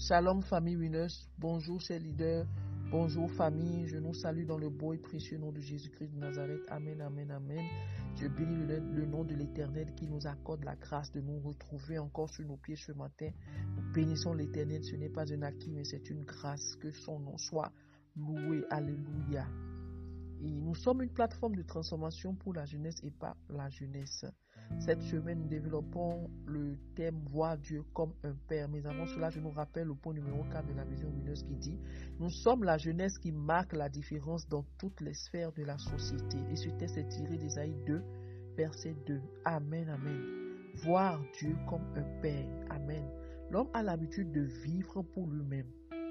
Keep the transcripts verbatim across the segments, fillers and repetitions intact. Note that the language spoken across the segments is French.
Shalom famille Winners, bonjour chers leaders, bonjour famille, je nous salue dans le beau et précieux nom de Jésus-Christ de Nazareth. Amen, amen, amen. Je bénis le, le nom de l'Éternel qui nous accorde la grâce de nous retrouver encore sur nos pieds ce matin. Nous bénissons l'Éternel, ce n'est pas un acquis mais c'est une grâce, que son nom soit loué, alléluia. Et nous sommes une plateforme de transformation pour la jeunesse et pas la jeunesse. Cette semaine, nous développons le thème « Voir Dieu comme un Père ». Mais avant cela, je nous rappelle le point numéro quatre de la vision lumineuse qui dit « Nous sommes la jeunesse qui marque la différence dans toutes les sphères de la société. » Et ce texte est tiré d'Ésaïe deux, verset deux. Amen, amen. Voir Dieu comme un Père. Amen. L'homme a l'habitude de vivre pour lui-même.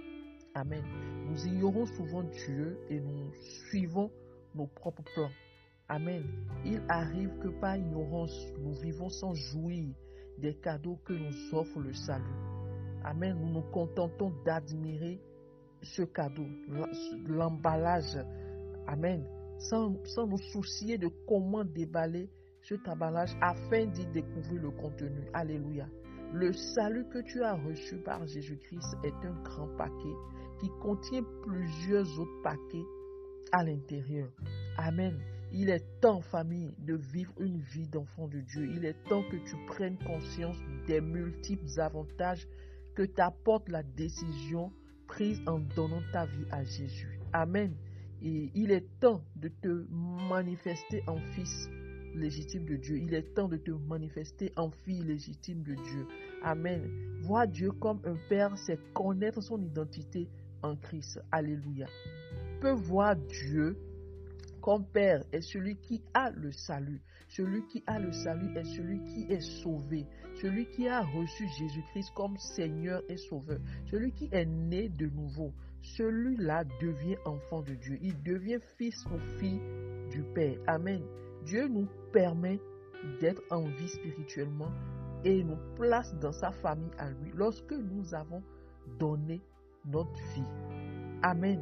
Amen. Nous ignorons souvent Dieu et nous suivons nos propres plans. Amen. Il arrive que par ignorance, nous vivons sans jouir des cadeaux que nous offre le salut. Amen. Nous nous contentons d'admirer ce cadeau, l'emballage. Amen. Sans, sans nous soucier de comment déballer cet emballage afin d'y découvrir le contenu. Alléluia. Le salut que tu as reçu par Jésus-Christ est un grand paquet qui contient plusieurs autres paquets à l'intérieur. Amen. Il est temps, famille, de vivre une vie d'enfant de Dieu. Il est temps que tu prennes conscience des multiples avantages que t'apporte la décision prise en donnant ta vie à Jésus. Amen. Et il est temps de te manifester en fils légitime de Dieu. Il est temps de te manifester en fille légitime de Dieu. Amen. Voir Dieu comme un Père, c'est connaître son identité en Christ. Alléluia. Peut voir Dieu comme Père est celui qui a le salut. Celui qui a le salut est celui qui est sauvé. Celui qui a reçu Jésus-Christ comme Seigneur et Sauveur. Celui qui est né de nouveau. Celui-là devient enfant de Dieu. Il devient fils ou fille du Père. Amen. Dieu nous permet d'être en vie spirituellement et nous place dans sa famille à lui lorsque nous avons donné notre vie. Amen.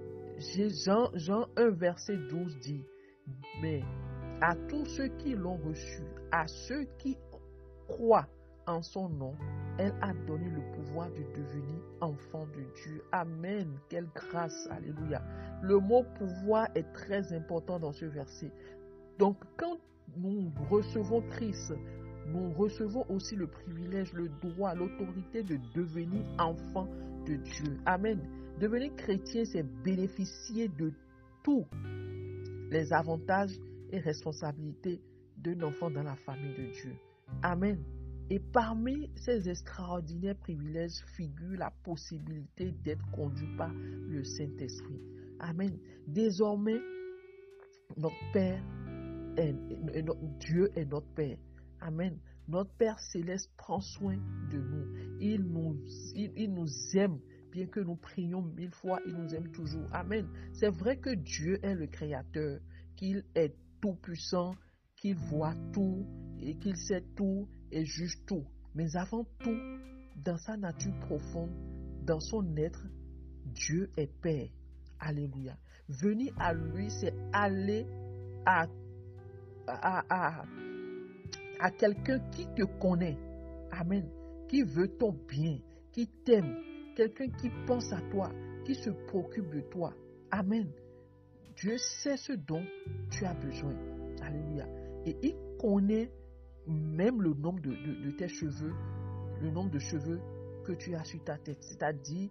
Jean, Jean un verset douze dit, mais à tous ceux qui l'ont reçu, à ceux qui croient en son nom, elle a donné le pouvoir de devenir enfant de Dieu. Amen. Quelle grâce. Alléluia. Le mot pouvoir est très important dans ce verset. Donc, quand nous recevons Christ, nous recevons aussi le privilège, le droit, l'autorité de devenir enfant de Dieu. Amen. Devenir chrétien, c'est bénéficier de tous les avantages et responsabilités d'un enfant dans la famille de Dieu. Amen. Et parmi ces extraordinaires privilèges figure la possibilité d'être conduit par le Saint-Esprit. Amen. Désormais, notre Père, est, est, Dieu est notre Père. Amen. Notre Père céleste prend soin de nous. Il nous, il, il nous aime. Bien que nous prions mille fois, il nous aime toujours. Amen. C'est vrai que Dieu est le Créateur, qu'il est tout puissant, qu'il voit tout, et qu'il sait tout et juge tout. Mais avant tout, dans sa nature profonde, dans son être, Dieu est Père. Alléluia. Venir à lui, c'est aller à, à, à, à quelqu'un qui te connaît. Amen. Qui veut ton bien, qui t'aime. Quelqu'un qui pense à toi, qui se préoccupe de toi. Amen. Dieu sait ce dont tu as besoin. Alléluia. Et il connaît même le nombre de, de, de tes cheveux, le nombre de cheveux que tu as sur ta tête. C'est-à-dire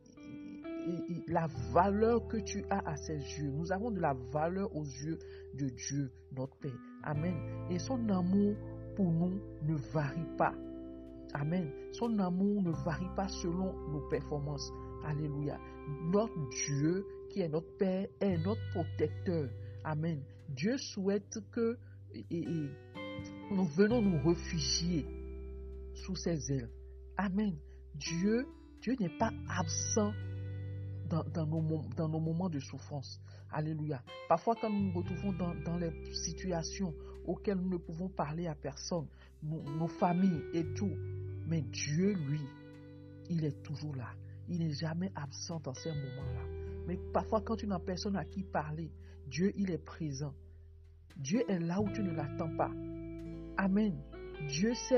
la valeur que tu as à ses yeux. Nous avons de la valeur aux yeux de Dieu, notre Père. Amen. Et son amour pour nous ne varie pas. Amen. Son amour ne varie pas selon nos performances. Alléluia. Notre Dieu, qui est notre Père, est notre protecteur. Amen. Dieu souhaite que et, et, nous venons nous réfugier sous ses ailes. Amen. Dieu, Dieu n'est pas absent dans, dans, nos, dans nos moments de souffrance. Alléluia. Parfois, quand nous nous retrouvons dans, dans les situations auxquelles nous ne pouvons parler à personne, nos, nos familles et tout, mais Dieu, lui, il est toujours là. Il n'est jamais absent dans ces moments-là. Mais parfois, quand tu n'as personne à qui parler, Dieu, il est présent. Dieu est là où tu ne l'attends pas. Amen. Dieu sait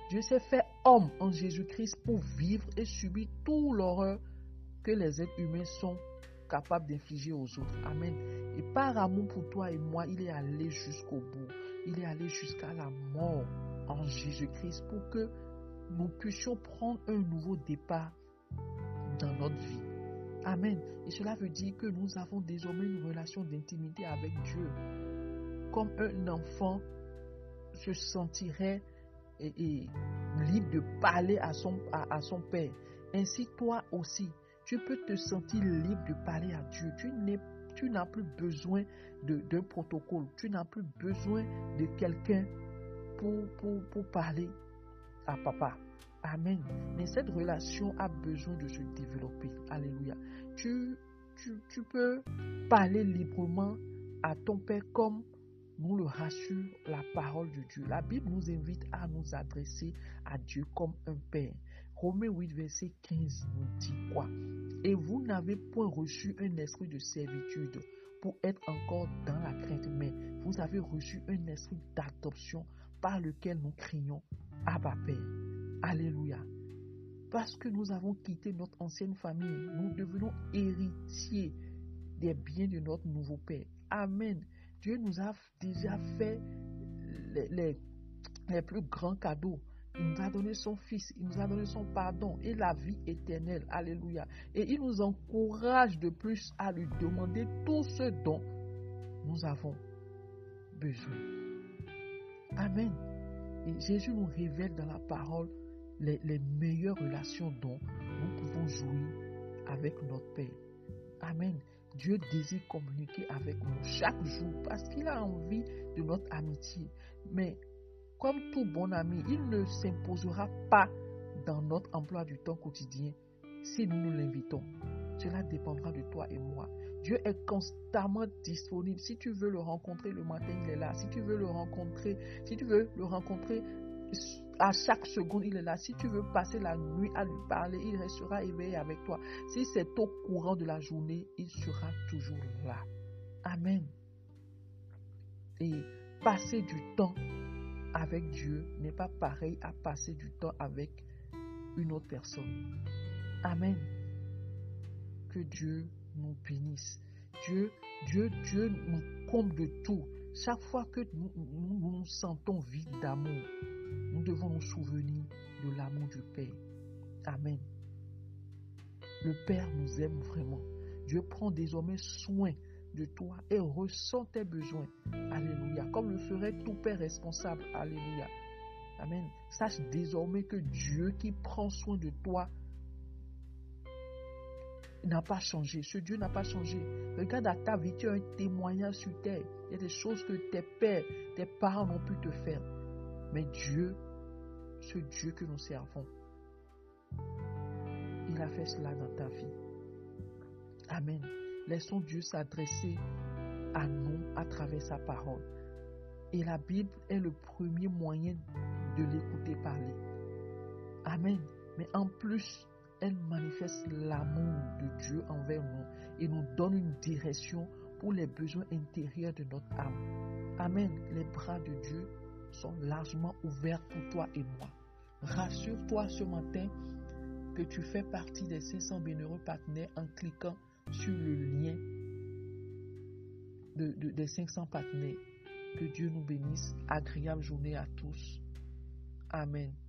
Dieu s'est fait homme en Jésus-Christ pour vivre et subir tout l'horreur que les êtres humains sont capables d'infliger aux autres. Amen. Et par amour pour toi et moi, il est allé jusqu'au bout. Il est allé jusqu'à la mort en Jésus-Christ pour que nous puissions prendre un nouveau départ dans notre vie. Amen. Et cela veut dire que nous avons désormais une relation d'intimité avec Dieu. Comme un enfant se sentirait et, et libre de parler à son, à, à son Père. Ainsi, toi aussi, tu peux te sentir libre de parler à Dieu. Tu n'es, tu n'as plus besoin de, d'un protocole. Tu n'as plus besoin de quelqu'un pour, pour, pour parler à papa. Amen. Mais cette relation a besoin de se développer. Alléluia. Tu, tu, tu peux parler librement à ton Père comme nous le rassure la parole de Dieu. La Bible nous invite à nous adresser à Dieu comme un Père. Romains huit, verset quinze nous dit quoi? Et vous n'avez point reçu un esprit de servitude pour être encore dans la crainte, mais vous avez reçu un esprit d'adoption par lequel nous crions Abba Père. Alléluia. Parce que nous avons quitté notre ancienne famille, nous devenons héritiers des biens de notre nouveau Père. Amen. Dieu nous a déjà fait les, les, les plus grands cadeaux. Il nous a donné son Fils, il nous a donné son pardon et la vie éternelle. Alléluia. Et il nous encourage de plus à lui demander tout ce dont nous avons besoin. Amen. Et Jésus nous révèle dans la parole les, les meilleures relations dont nous pouvons jouir avec notre Père. Amen. Dieu désire communiquer avec nous chaque jour parce qu'il a envie de notre amitié. Mais comme tout bon ami, il ne s'imposera pas dans notre emploi du temps quotidien si nous nous l'invitons. Cela dépendra de toi et moi. Dieu est constamment disponible. Si tu veux le rencontrer le matin, il est là. Si tu veux le rencontrer, si tu veux le rencontrer à chaque seconde, il est là. Si tu veux passer la nuit à lui parler, il restera éveillé avec toi. Si c'est au courant de la journée, il sera toujours là. Amen. Et passer du temps avec Dieu n'est pas pareil à passer du temps avec une autre personne. Amen. Que Dieu nous bénisse. Dieu, Dieu, Dieu nous comble de tout. Chaque fois que nous nous, nous, nous sentons vides d'amour, nous devons nous souvenir de l'amour du Père. Amen. Le Père nous aime vraiment. Dieu prend désormais soin de toi et ressent tes besoins. Alléluia. Comme le ferait tout Père responsable. Alléluia. Amen. Sache désormais que Dieu qui prend soin de toi n'a pas changé. Ce Dieu n'a pas changé. Regarde à ta vie, tu as un témoignage sur terre. Il y a des choses que tes pères, tes parents n'ont pu te faire. Mais Dieu, ce Dieu que nous servons, il a fait cela dans ta vie. Amen. Laissons Dieu s'adresser à nous à travers sa parole. Et la Bible est le premier moyen de l'écouter parler. Amen. Mais en plus, elle manifeste l'amour de Dieu envers nous et nous donne une direction pour les besoins intérieurs de notre âme. Amen. Les bras de Dieu sont largement ouverts pour toi et moi. Rassure-toi ce matin que tu fais partie des cinq cents bienheureux partenaires en cliquant sur le lien de, de, des cinq cents partenaires. Que Dieu nous bénisse. Agréable journée à tous. Amen.